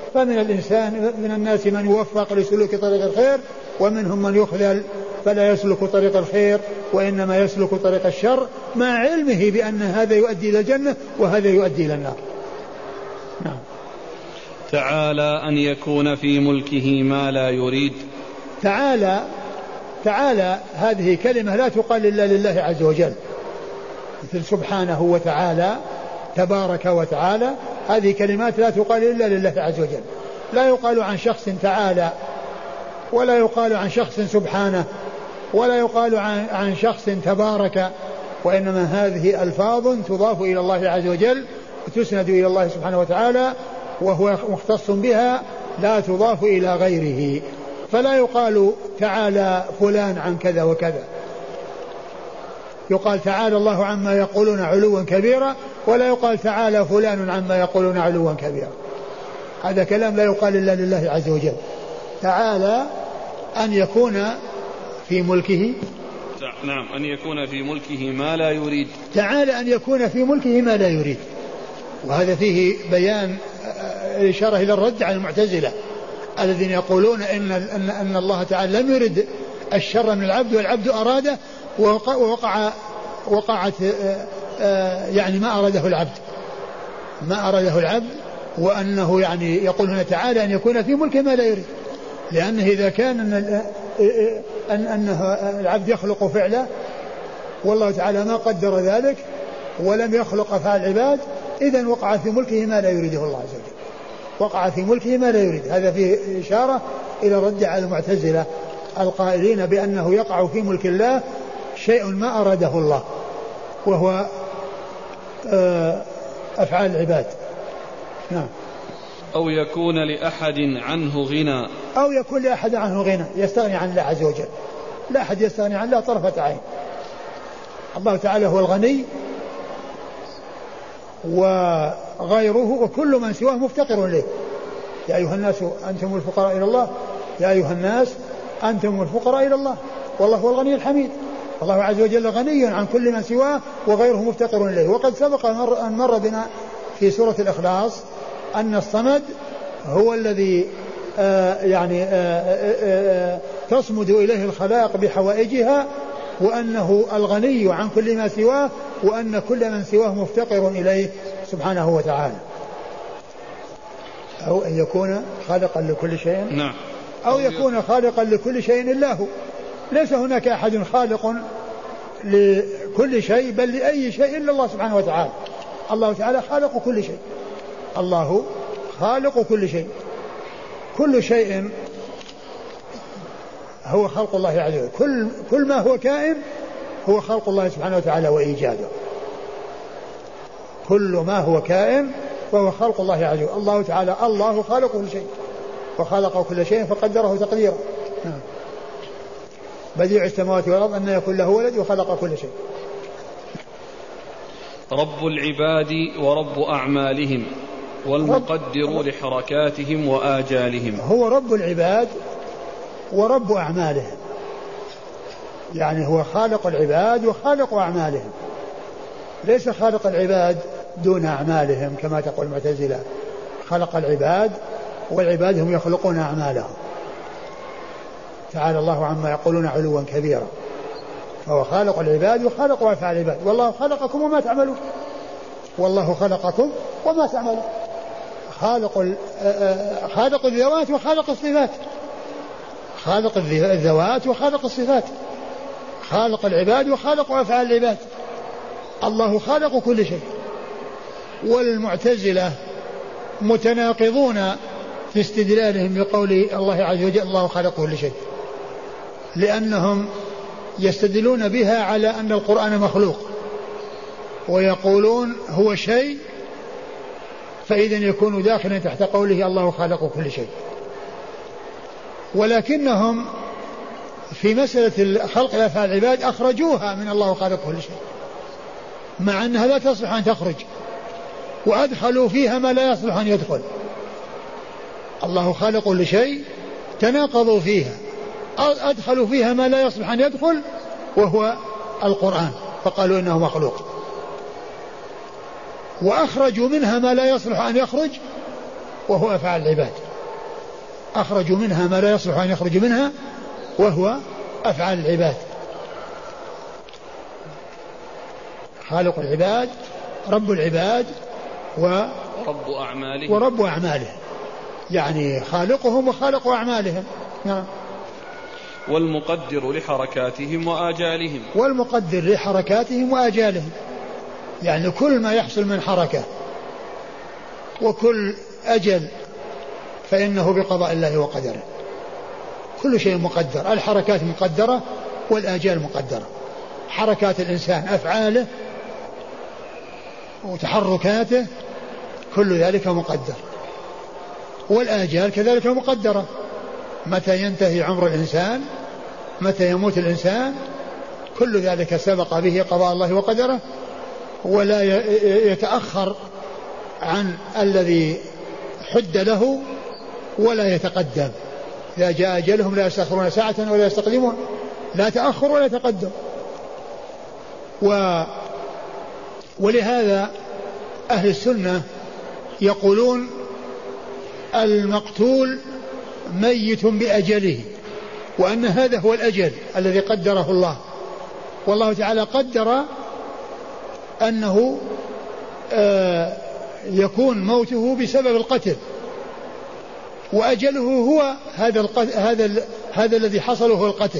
فمن الإنسان من الناس من يوفق لسلوك طريق الخير ومنهم من يخذل فلا يسلك طريق الخير وإنما يسلك طريق الشر مع علمه بأن هذا يؤدي إلى الجنة وهذا يؤدي إلى النار. نعم. تعالى أن يكون في ملكه ما لا يريد. تعالى تعالى هذه كلمة لا تقال إلا لله عز وجل، مثل سبحانه وتعالى تبارك وتعالى، هذه كلمات لا تقال إلا لله عز وجل. لا يقال عن شخص تعالى، ولا يقال عن شخص سبحانه، ولا يقال عن, عن شخص تبارك، وإنما هذه ألفاظ تضاف إلى الله عز وجل وتسند إلى الله سبحانه وتعالى وهو مختص بها، لا تضاف إلى غيره. فلا يقال تعالى فلان عن كذا وكذا، يقال تعالى الله عما يقولون علوا كبيرا، ولا يقال تعالى فلان عما يقولون علوا كبيرا. هذا كلام لا يقال إلا لله عز وجل. تعالى أن يكون في ملكه، نعم، أن يكون في ملكه ما لا يريد. تعالى أن يكون في ملكه ما لا يريد، وهذا فيه بيان إشارة إلى الرد على المعتزلة الذين يقولون إن, إن, إن الله تعالى لم يرد الشر من العبد والعبد أراده ووقع وقعت يعني ما أراده العبد ما أراده العبد وأنه يعني يقول هنا تعالى أن يكون في ملكه ما لا يريد، لأنه إذا كان أن, أن أنه العبد يخلق فعله والله تعالى ما قدر ذلك ولم يخلق أفعال العباد، إذن وقع في ملكه ما لا يريده الله عز وجل، وقع في ملكه ما لا يريد. هذا فيه إشارة إلى الرد على المعتزلة القائلين بأنه يقع في ملك الله شيء ما أراده الله وهو أفعال العباد. نعم. أو يكون لأحد عنه غنى، أو يكون لأحد عنه غنى يستغني عن الله عز وجل، لا أحد يستغني عن الله طرفة عين. الله تعالى هو الغني وغيره وكل من سواه مفتقر إليه. يا أيها الناس أنتم الفقراء إلى الله، يا أيها الناس أنتم الفقراء إلى الله والله هو الغني الحميد. الله عز وجل غني عن كل من سواه وغيره مفتقر إليه. وقد سبق أن مر بنا في سورة الإخلاص أن الصمد هو الذي آه يعني آه آه آه تصمد إليه الخلائق بحوائجها، وأنه الغني عن كل ما سواه، وأن كل من سواه مفتقر إليه سبحانه وتعالى. أو أن يكون خالقا لكل شيء، نعم، أو يكون خالقا لكل شيء إلا هو. ليس هناك أحد خالق لكل شيء بل لأي شيء إلا الله سبحانه وتعالى. الله تعالى خالق كل شيء، الله خالق كل شيء، كل شيء هو خلق الله عز وجل، كل, كل ما هو كائن هو خلق الله سبحانه وتعالى وإيجاده، كل ما هو كائن فهو خلق الله عز وجل. الله تعالى الله خالق كل شيء وخلق كل شيء فقدره تقديرا. نعم. بديع السماوات والأرض أن يكون له ولد وخلق كل شيء. رب العباد ورب أعمالهم والمقدر لحركاتهم وآجالهم. هو رب العباد ورب أعمالهم، يعني هو خالق العباد وخالق أعمالهم، ليس خالق العباد دون أعمالهم كما تقول المعتزلة. خلق العباد والعباد هم يخلقون أعمالهم. تعالى الله عما يقولون علوا كبيرا. فهو خالق العباد وخالق أفعال العباد. والله خلقكم وما تعملون، والله خلقكم وما تعملون. خالق خالق الذوات وخالق الصفات، خالق الذوات وخالق الصفات، خالق العباد وخالق أفعال العباد. الله خالق كل شيء. والمعتزلة متناقضون في استدلالهم بقول الله عز وجل الله خالق كل شيء، لأنهم يستدلون بها على أن القرآن مخلوق، ويقولون هو شيء فإذا يكون داخلا تحت قوله الله خالق كل شيء. ولكنهم في مسألة خلق أفعال العباد أخرجوها من الله خالق كل شيء، مع أنها لا تصلح أن تخرج، وأدخلوا فيها ما لا يصلح أن يدخل. الله خالق كل شيء تناقضوا فيها، أدخلوا فيها ما لا يصلح أن يدخل وهو القرآن فقالوا إنه مخلوق، وأخرجوا منها ما لا يصلح أن يخرج وهو أفعال العباد. أخرجوا منها ما لا يصلح أن يخرج منها وهو أفعال العباد. خالق العباد رب العباد ورب أعمالهم ورب أعمالهم، يعني خالقهم وخالق أعمالهم. نعم. والمقدر لحركاتهم وآجالهم والمقدر لحركاتهم وآجالهم، يعني كل ما يحصل من حركة وكل أجل فإنه بقضاء الله وقدره. كل شيء مقدر، الحركات مقدرة والآجال مقدرة. حركات الإنسان أفعاله وتحركاته كل ذلك مقدر، والآجال كذلك مقدرة. متى ينتهي عمر الإنسان، متى يموت الإنسان، كل ذلك سبق به قضاء الله وقدره، ولا يتأخر عن الذي حد له ولا يتقدم. إذا جاء أجلهم لا يستأخرون ساعة ولا يستقدمون، لا تأخر ولا تقدم. و ولهذا أهل السنة يقولون المقتول ميت بأجله، وأن هذا هو الأجل الذي قدره الله. والله تعالى قدر أنه آه يكون موته بسبب القتل، وأجله هو هذا القتل، هذا هذا الذي حصل هو القتل.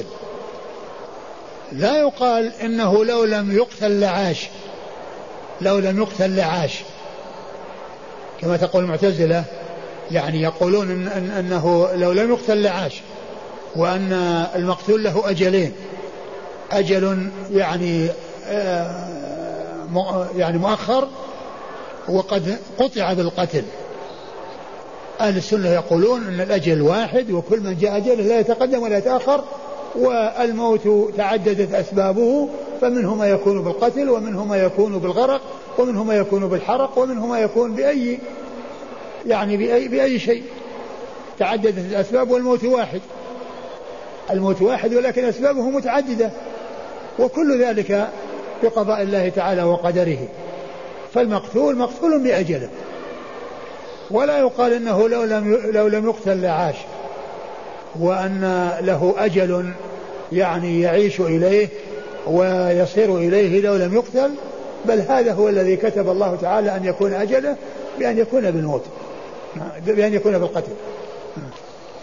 لا يقال إنه لو لم يقتل لعاش، لو لم يقتل لعاش كما تقول المعتزلة، يعني يقولون إن إن أنه لو لم يقتل لعاش، وأن المقتول له أجلين، أجل يعني آه يعني مؤخر وقد قطع بالقتل. أهل السنة يقولون أن الأجل واحد، وكل من جاء أجله لا يتقدم ولا يتأخر، والموت تعددت أسبابه، فمنه ما يكون بالقتل، ومنه ما يكون بالغرق، ومنه ما يكون بالحرق، ومنه ما يكون بأي يعني بأي, بأي شيء. تعددت الأسباب والموت واحد، الموت واحد ولكن أسبابه متعددة، وكل ذلك بقضاء الله تعالى وقدره. فالمقتول مقتول بأجله، ولا يقال إنه لو لم لو لم يقتل لعاش، وأن له أجل يعني يعيش إليه ويصير إليه لو لم يقتل، بل هذا هو الذي كتب الله تعالى أن يكون أجله بأن يكون بالموت، بأن يكون بالقتل.